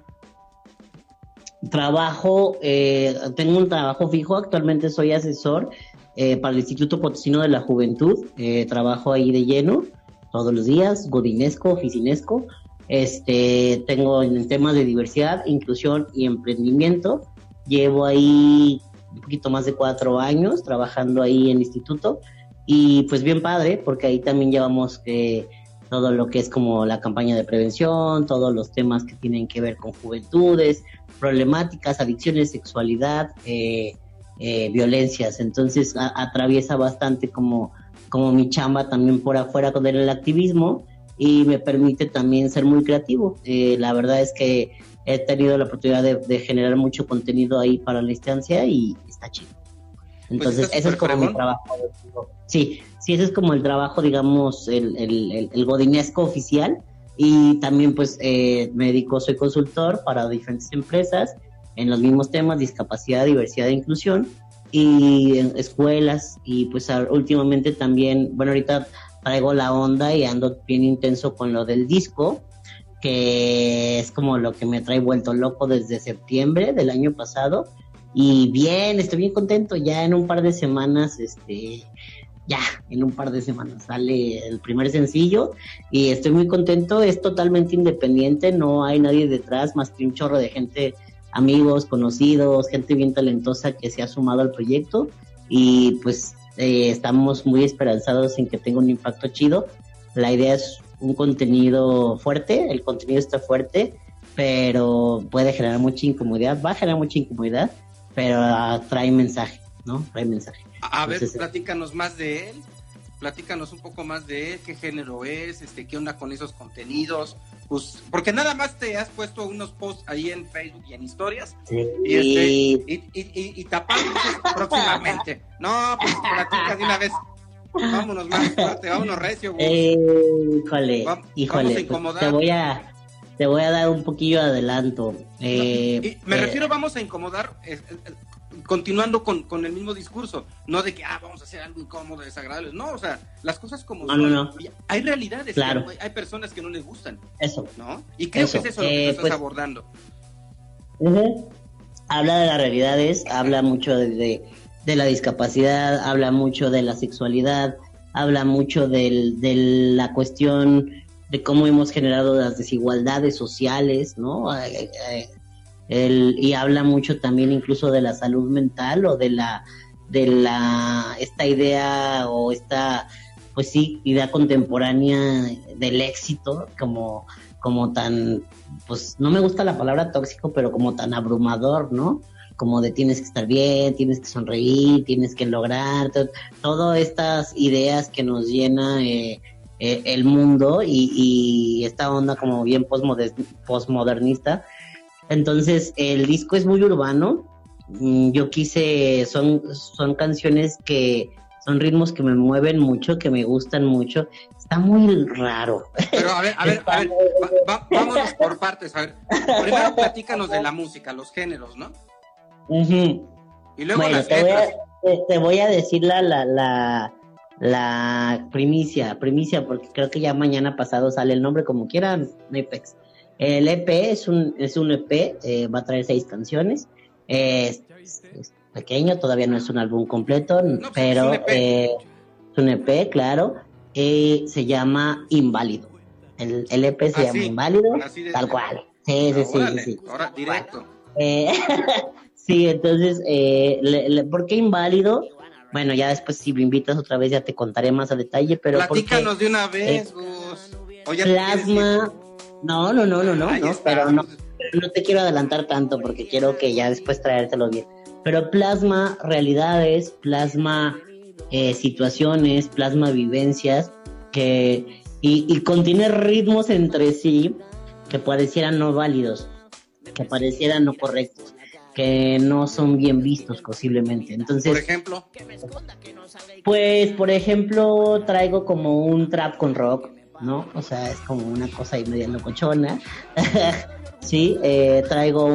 Trabajo, tengo un trabajo fijo, actualmente soy asesor para el Instituto Potosino de la Juventud, trabajo ahí de lleno todos los días, godinesco, oficinesco, tengo en el tema de diversidad, inclusión y emprendimiento, llevo ahí un poquito más de 4 años trabajando ahí en el instituto, y pues bien padre, porque ahí también llevamos todo lo que es como la campaña de prevención, todos los temas que tienen que ver con juventudes, problemáticas, adicciones, sexualidad, violencias. Entonces atraviesa bastante como mi chamba también por afuera con el activismo, y me permite también ser muy creativo. La verdad es que he tenido la oportunidad de generar mucho contenido ahí para la instancia y está chido. Entonces, pues ese es como mi trabajo. Sí, ese es como el trabajo, digamos, el godinesco oficial. Y también, pues, me dedico, soy consultor para diferentes empresas en los mismos temas: discapacidad, diversidad e inclusión, y en escuelas. Y pues últimamente también, bueno, ahorita traigo la onda y ando bien intenso con lo del disco, que es como lo que me trae vuelto loco desde septiembre del año pasado. Y bien, estoy bien contento. Ya en un par de semanas, sale el primer sencillo y estoy muy contento. Es totalmente independiente, no hay nadie detrás más que un chorro de gente, amigos, conocidos, gente bien talentosa que se ha sumado al proyecto, y pues estamos muy esperanzados en que tenga un impacto chido. La idea es un contenido fuerte, el contenido está fuerte, pero puede generar mucha incomodidad, va a generar mucha incomodidad, pero trae mensaje, ¿no? Trae mensaje. Entonces, ver, platícanos más de él, platícanos un poco más de él, qué género es, qué onda con esos contenidos, pues, porque nada más te has puesto unos posts ahí en Facebook y en historias, sí. y tapando próximamente. No, pues platica de una vez. Vámonos más fuerte, vámonos recio. Híjole, vamos a incomodar. Pues te voy a dar un poquillo de adelanto. Me refiero, vamos a incomodar, continuando con el mismo discurso, no de que vamos a hacer algo incómodo, desagradable, no, o sea, las cosas como son. No. Hay realidades, claro. Hay personas que no les gustan. Eso. ¿No? Y creo que es eso lo que estás abordando. Habla de las realidades, habla mucho de la discapacidad, habla mucho de la sexualidad, habla mucho de la cuestión de cómo hemos generado las desigualdades sociales, ¿no? Y habla mucho también incluso de la salud mental, o de esta idea, o esta, pues sí, idea contemporánea del éxito, como tan, pues no me gusta la palabra tóxico, pero como tan abrumador, ¿no? Como de tienes que estar bien, tienes que sonreír, tienes que lograr, todas estas ideas que nos llena el mundo, y esta onda como bien postmodernista. Entonces el disco es muy urbano. Yo quise, son canciones que son ritmos que me mueven mucho, que me gustan mucho. Está muy raro. Pero a ver, vámonos por partes. A ver, primero platícanos de la música, los géneros, ¿no? Uh-huh. Y luego bueno, las letras. Te voy a decir la primicia, porque creo que ya mañana pasado sale el nombre, como quieran, no hay pex. El EP es un EP, va a traer 6 canciones, es pequeño, todavía no es un álbum completo, no, pero es un EP, claro, se llama Inválido. El EP se llama Inválido, tal cual. Sí. Ahora, directo. Sí, entonces, ¿por qué Inválido? Bueno, ya después, si me invitas otra vez, ya te contaré más a detalle, pero platícanos de una vez, Gus. Plasma. No, pero no te quiero adelantar tanto, porque quiero que ya después traértelo bien. Pero plasma realidades, plasma situaciones, plasma vivencias, y contiene ritmos entre sí que parecieran no válidos, que parecieran no correctos, que no son bien vistos posiblemente. Entonces, por ejemplo, pues por ejemplo traigo como un trap con rock, ¿no? O sea, es como una cosa ahí medio locochona. Sí, traigo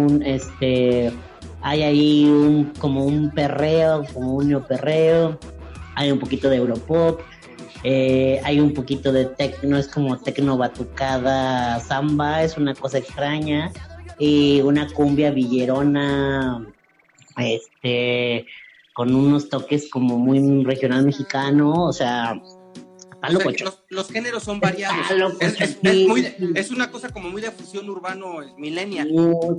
hay ahí como un perreo, como un neoperreo, hay un poquito de Europop, Hay un poquito de tecno, es como tecno batucada samba, es una cosa extraña, y una cumbia villerona, con unos toques como muy regional mexicano, o sea, O sea, que los géneros son variados. Es una cosa como muy de fusión urbano millennial.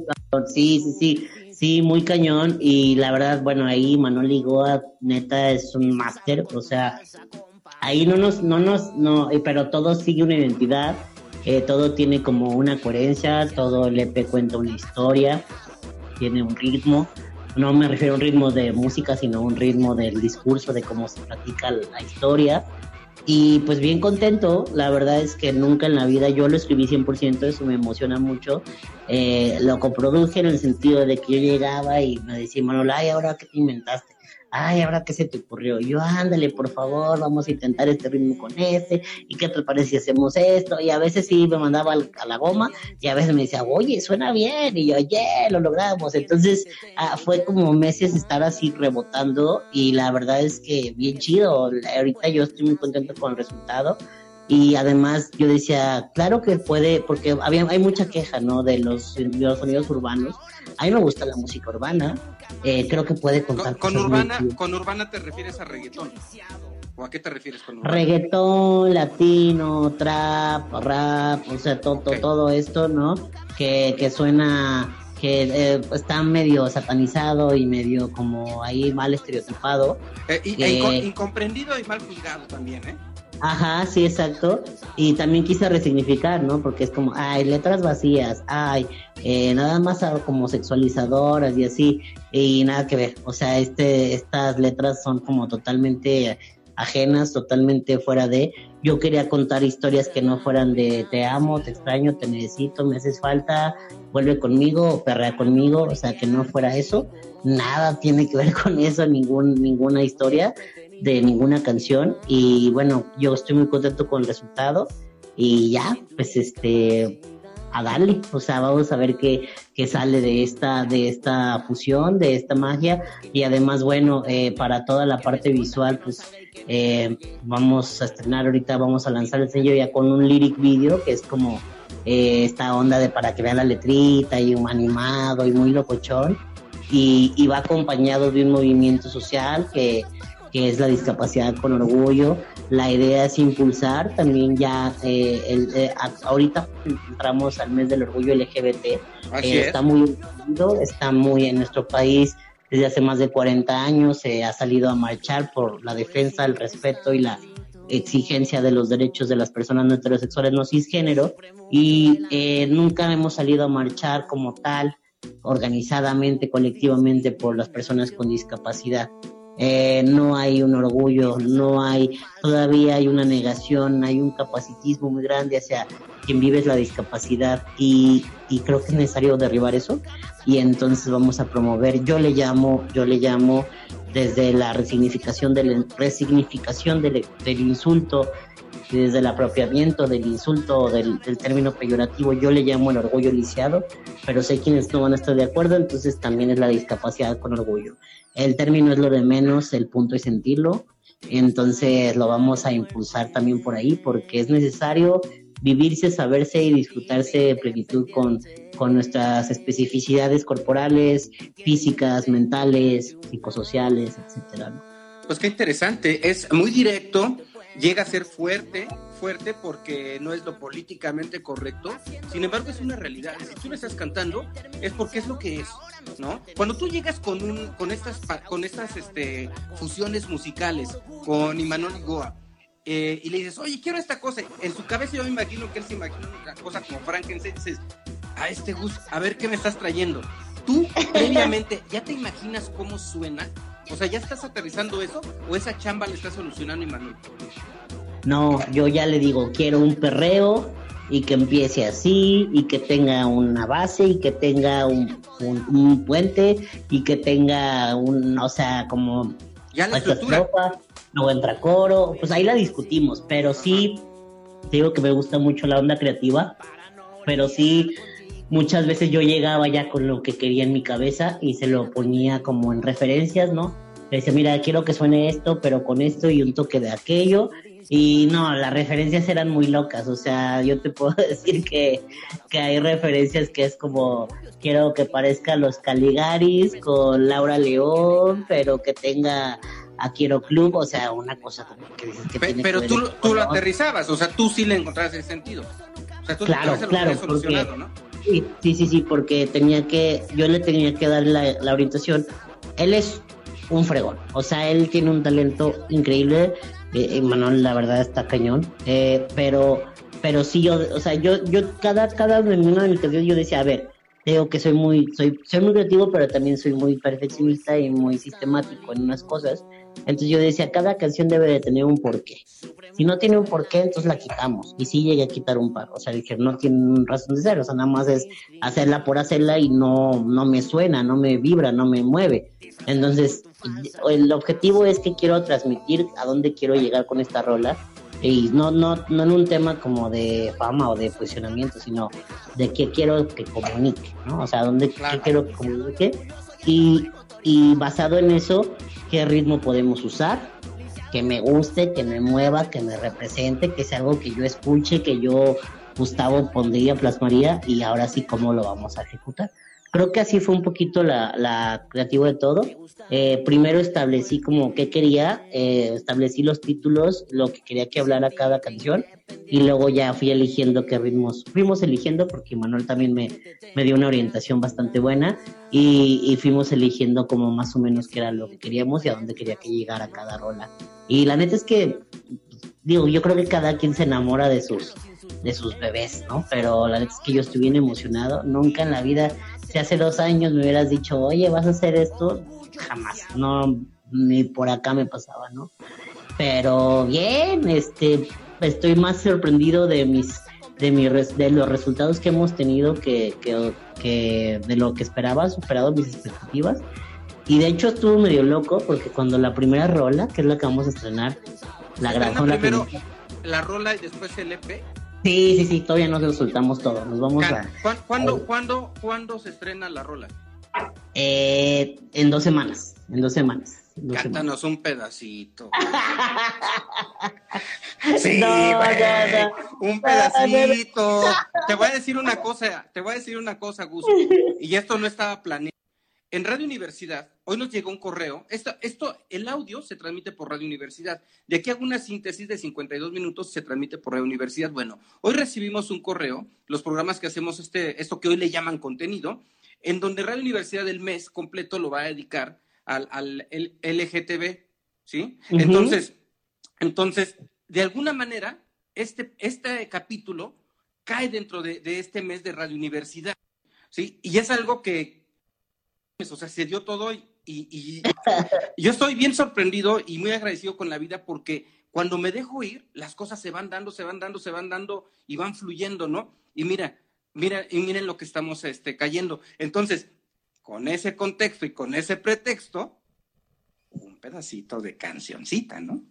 Sí, muy cañón. Y la verdad, bueno, ahí Manoli Goa, neta, es un máster. O sea, ahí pero todo sigue una identidad. Todo tiene como una coherencia. Todo el EP cuenta una historia. Tiene un ritmo. No me refiero a un ritmo de música, sino un ritmo del discurso, de cómo se platica la historia. Y pues bien contento, la verdad es que nunca en la vida, yo lo escribí 100%, eso me emociona mucho. Lo coproduje en el sentido de que yo llegaba y me decía, Manuel, ay, ¿ahora qué te inventaste? Ay, ¿ahora qué se te ocurrió? Y yo, ándale, por favor, vamos a intentar este ritmo con ¿y qué te parece si hacemos esto? Y a veces sí me mandaba a la goma, y a veces me decía, oye, suena bien, y yo, lo logramos. Entonces, fue como meses estar así rebotando, y la verdad es que bien chido. Ahorita yo estoy muy contento con el resultado. Y además yo decía, claro que puede, porque hay mucha queja, ¿no? De los sonidos urbanos. A mí me gusta la música urbana, creo que puede contar con urbana te refieres a reggaetón. ¿O a qué te refieres con urbana? Reggaetón, latino, trap, rap, o sea, todo esto, ¿no? Que suena, que está medio satanizado y medio como ahí mal estereotipado. Incomprendido y mal juzgado también, ¿eh? Ajá, sí, exacto. Y también quise resignificar, ¿no? Porque es como, letras vacías, nada más como sexualizadoras y así, y nada que ver. O sea, estas letras son como totalmente ajenas, totalmente fuera de. Yo quería contar historias que no fueran de te amo, te extraño, te necesito, me haces falta, vuelve conmigo o perrea conmigo, o sea, que no fuera eso. Nada tiene que ver con eso, ninguna historia de ninguna canción. Y bueno, yo estoy muy contento con el resultado y ya, pues a darle, o sea, vamos a ver qué sale de esta fusión, de esta magia. Y además, bueno, para toda la parte visual, pues vamos a estrenar ahorita, vamos a lanzar el sello ya con un lyric video, que es como esta onda de para que vean la letrita y un animado y muy locochón, y va acompañado de un movimiento social que es la discapacidad con orgullo. La idea es impulsar también ya, ahorita entramos al mes del orgullo LGBT. Está muy en nuestro país desde hace más de 40 años, se ha salido a marchar por la defensa, el respeto y la exigencia de los derechos de las personas no heterosexuales, no cisgénero, y nunca hemos salido a marchar como tal, organizadamente, colectivamente, por las personas con discapacidad. No hay un orgullo, todavía hay una negación, hay un capacitismo muy grande hacia quien vive la discapacidad, y creo que es necesario derribar eso. Y entonces vamos a promover, yo le llamo desde la resignificación del insulto, desde el apropiamiento del insulto, del término peyorativo, yo le llamo el orgullo lisiado, pero sé quienes no van a estar de acuerdo, entonces también es la discapacidad con orgullo. El término es lo de menos, el punto es sentirlo, entonces lo vamos a impulsar también por ahí, porque es necesario vivirse, saberse y disfrutarse de plenitud con nuestras especificidades corporales, físicas, mentales, psicosociales, etcétera, ¿no? Pues qué interesante, es muy directo, llega a ser fuerte porque no es lo políticamente correcto, sin embargo es una realidad. Si tú lo estás cantando es porque es lo que es, ¿no? Cuando tú llegas con estas fusiones musicales con Imanol Goa, y le dices, oye, quiero esta cosa, en su cabeza yo me imagino que él se imagina una cosa como Frankenstein, dices, Gus, a ver qué me estás trayendo. Tú previamente ya te imaginas cómo suena, o sea, ¿ya estás aterrizando eso o esa chamba le está solucionando Imanol? No, yo ya le digo, quiero un perreo y que empiece así, y que tenga una base, y que tenga un puente, y que tenga o sea, como ya la estructura. Luego entra coro, pues ahí la discutimos, pero sí, te digo que me gusta mucho la onda creativa, pero sí, muchas veces yo llegaba ya con lo que quería en mi cabeza y se lo ponía como en referencias, ¿no? Le decía, mira, quiero que suene esto, pero con esto y un toque de aquello, Y no, las referencias eran muy locas, o sea, yo te puedo decir que hay referencias que es como, quiero que parezca los Caligaris con Laura León, pero que tenga a Quiero Club, o sea, una cosa como que dices que tiene Pero que ver tú lo aterrizabas, o sea, tú sí le encontrabas el sentido. O sea, tú claro, lo claro, tenías solucionado, porque, ¿no? sí, porque yo le tenía que dar la orientación. Él es un fregón, o sea, él tiene un talento increíble, Manuel la verdad está cañón, pero sí o sea, yo cada una de mis canciones yo decía, a ver, digo que soy muy creativo, pero también soy muy perfeccionista y muy sistemático en unas cosas. Entonces yo decía, cada canción debe de tener un porqué. Si no tiene un porqué, entonces la quitamos. Y sí llegué a quitar un par. O sea, dije, no tiene razón de ser. O sea, nada más es hacerla por hacerla y no me suena, no me vibra, no me mueve. Entonces, el objetivo es que quiero transmitir a dónde quiero llegar con esta rola. Y no en un tema como de fama o de posicionamiento, sino de qué quiero que comunique, ¿no? O sea, qué quiero que comunique. Y basado en eso, qué ritmo podemos usar, que me guste, que me mueva, que me represente, que sea algo que yo escuche, que yo, Gustavo, pondría, plasmaría, y ahora sí cómo lo vamos a ejecutar. Creo que así fue un poquito la creativo de todo. Primero establecí como qué quería, establecí los títulos, lo que quería que hablara cada canción, y luego ya fui eligiendo qué ritmos, fuimos eligiendo, porque Manuel también me dio una orientación bastante buena, y fuimos eligiendo como más o menos qué era lo que queríamos y a dónde quería que llegara cada rola. Y la neta es que, digo, yo creo que cada quien se enamora de sus bebés, ¿no? Pero la neta es que yo estoy bien emocionado. Nunca en la vida, si hace 2 años me hubieras dicho, oye, vas a hacer esto, jamás, no, ni por acá me pasaba, ¿no? Pero bien, estoy más sorprendido de los resultados que hemos tenido que de lo que esperaba, superado mis expectativas. Y de hecho estuvo medio loco porque cuando la primera rola, que es la que vamos a estrenar, la grabamos primero la rola y después el EP. Sí, todavía no lo soltamos todo. Nos vamos ¿Cuándo se estrena la rola? En 2 semanas. Cántanos un pedacito. Sí, no, un pedacito. Te voy a decir una cosa, Gus. Y esto no estaba planeado. En Radio Universidad, hoy nos llegó un correo. El audio se transmite por Radio Universidad. De aquí hago una síntesis de 52 minutos, se transmite por Radio Universidad. Bueno, hoy recibimos un correo, los programas que hacemos, esto que hoy le llaman contenido, en donde Radio Universidad el mes completo lo va a dedicar al LGTB, ¿sí? Uh-huh. Entonces, de alguna manera, este capítulo cae dentro de este mes de Radio Universidad, ¿sí? Y es algo que, o sea, se dio todo y yo estoy bien sorprendido y muy agradecido con la vida porque cuando me dejo ir, las cosas se van dando y van fluyendo, ¿no? Y miren lo que estamos cayendo. Entonces, con ese contexto y con ese pretexto, un pedacito de cancioncita, ¿no?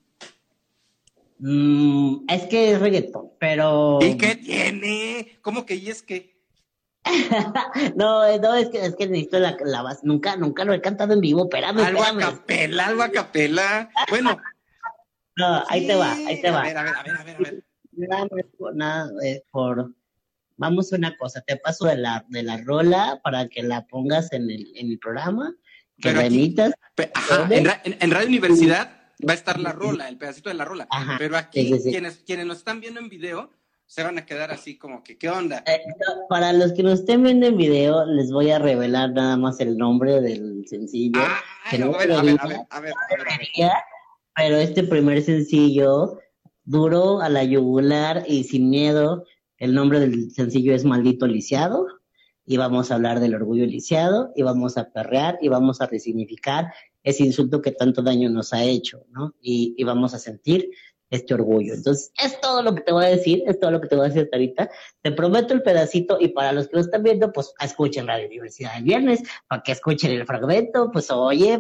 Es que es reggaetón, pero... ¿Y qué tiene? ¿Cómo que y es que? no, es que necesito la base. Nunca lo he cantado en vivo, espérame. Algo a capela. Bueno. No, ahí te va. A ver. Nada, vamos a una cosa, te paso de la rola para que la pongas en el programa, que la emitas. En Radio Universidad va a estar la rola, el pedacito de la rola. Ajá, pero aquí, sí. quienes nos están viendo en video, se van a quedar así como que, ¿qué onda? Para los que nos estén viendo en video, les voy a revelar nada más el nombre del sencillo. A ver. Pero este primer sencillo, duro, a la yugular y sin miedo, el nombre del sencillo es Maldito Lisiado, y vamos a hablar del orgullo lisiado, y vamos a perrear, y vamos a resignificar ese insulto que tanto daño nos ha hecho, ¿no? Y vamos a sentir este orgullo. Entonces, es todo lo que te voy a decir, hasta ahorita. Te prometo el pedacito, y para los que lo están viendo, pues escuchen Radio Universidad el viernes, para que escuchen el fragmento, pues oye.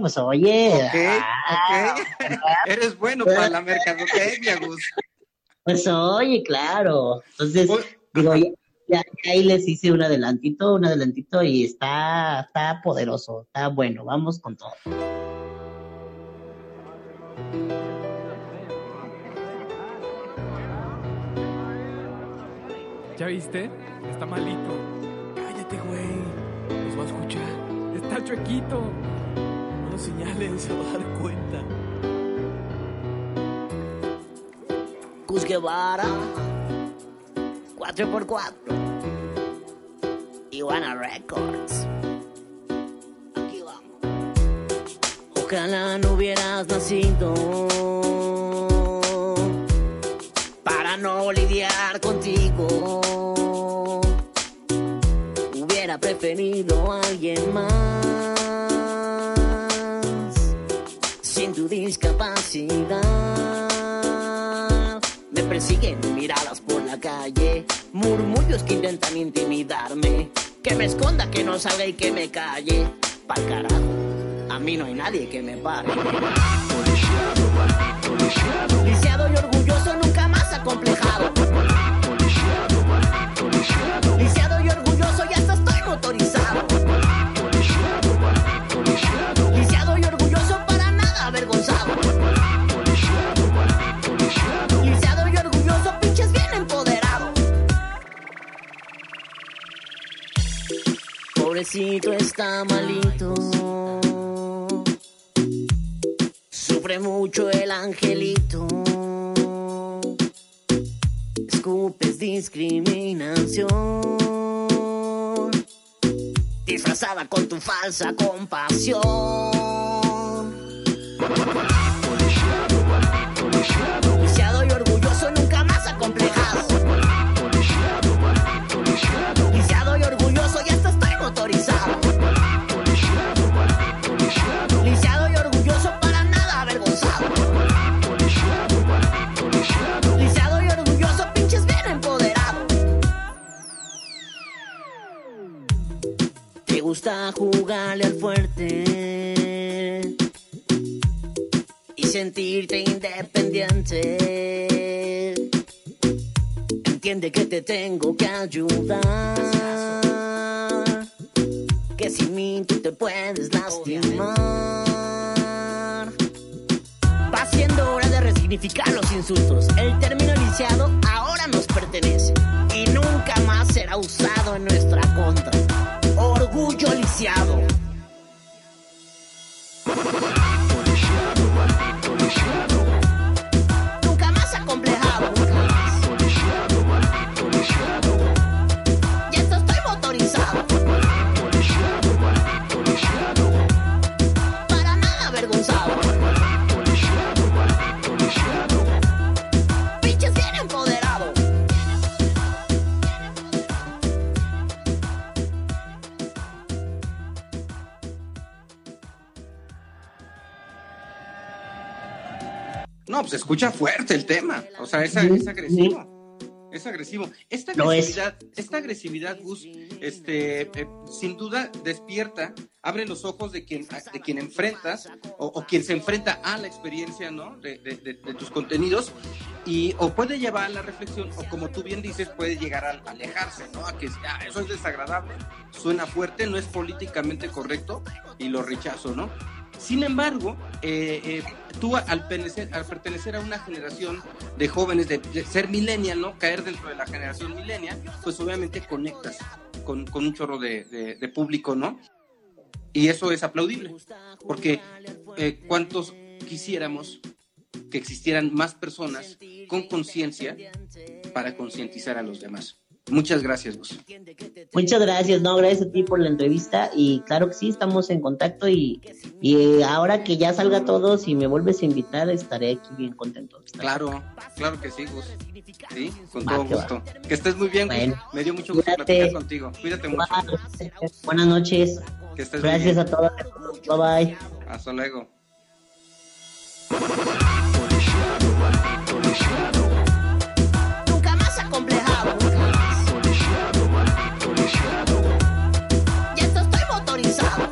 Ok. Eres bueno para la mercadotecnia, Gus. Pues oye, claro. Entonces, digo, ya ahí les hice un adelantito, y está poderoso, está bueno, vamos con todo. ¿Ya viste? Está malito. Cállate, güey. Nos va a escuchar. Está chuequito. No lo señales, se va a dar cuenta. Gus Guevara 4x4 Iguana Records. Aquí vamos. Ojalá no hubieras nacido para no lidiar contigo. Hubiera preferido a alguien más sin tu discapacidad. Me persiguen miradas por la calle, murmullos que intentan intimidarme, que me esconda, que no salga y que me calle. Pa'l carajo, a mí no hay nadie que me pare. Lisiado y orgulloso, nunca más acomplejado. Lisiado y orgulloso, ya hasta estoy motorizado. Lisiado y orgulloso, para nada avergonzado. Lisiado y orgulloso, pinches bien empoderado. Pobrecito está malito, sufre mucho el angelito. Escupes discriminación, disfrazada con tu falsa compasión. Lisiado y orgulloso, nunca más acomplejado. Lisiado y orgulloso, ya hasta estoy motorizado. Lisiado y orgulloso, para nada avergonzado. Lisiado y orgulloso, pinches bien empoderado. Te gusta jugarle al fuerte y sentirte independiente. Entiende que te tengo que ayudar, que sin mí tú te puedes lastimar. Va siendo hora de resignificar los insultos. El término lisiado ahora nos pertenece y nunca más será usado en nuestra contra. Orgullo lisiado. Nunca más acomplejado. Ya estoy motorizado. Para nada avergonzado. Pinches bien empoderado. No, pues escucha fuerte el tema. O sea, es agresivo. Es agresivo. Esta agresividad, Gus, sin duda despierta, abre los ojos de quien enfrentas o quien se enfrenta a la experiencia, ¿no? de tus contenidos, o puede llevar a la reflexión, o como tú bien dices, puede llegar a alejarse, ¿no? A que eso es desagradable, suena fuerte, no es políticamente correcto y lo rechazo, ¿no? Sin embargo, tú al pertenecer a una generación de jóvenes, de ser millennial, ¿no? Caer dentro de la generación millennial, pues obviamente conectas con un chorro de público, ¿no? Y eso es aplaudible, porque ¿cuántos quisiéramos que existieran más personas con conciencia para concientizar a los demás? Muchas gracias, Gus. Muchas gracias, no, gracias a ti por la entrevista y claro que sí, estamos en contacto y ahora que ya salga todo, si me vuelves a invitar, estaré aquí bien contento. Claro que sí, Gus. Sí, con todo gusto. Que estés muy bien, bueno, Gus. Me dio mucho gusto platicar contigo. Cuídate mucho. Buenas noches. Que estés gracias muy bien. A todos. Bye bye. Hasta luego. Nunca más acomplejado. Ya estoy motorizado.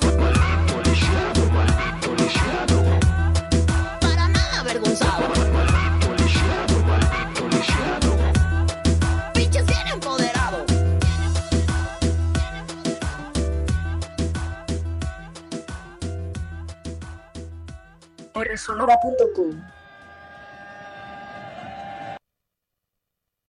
Para nada avergonzado. Pinches bien empoderado. Oresonora.com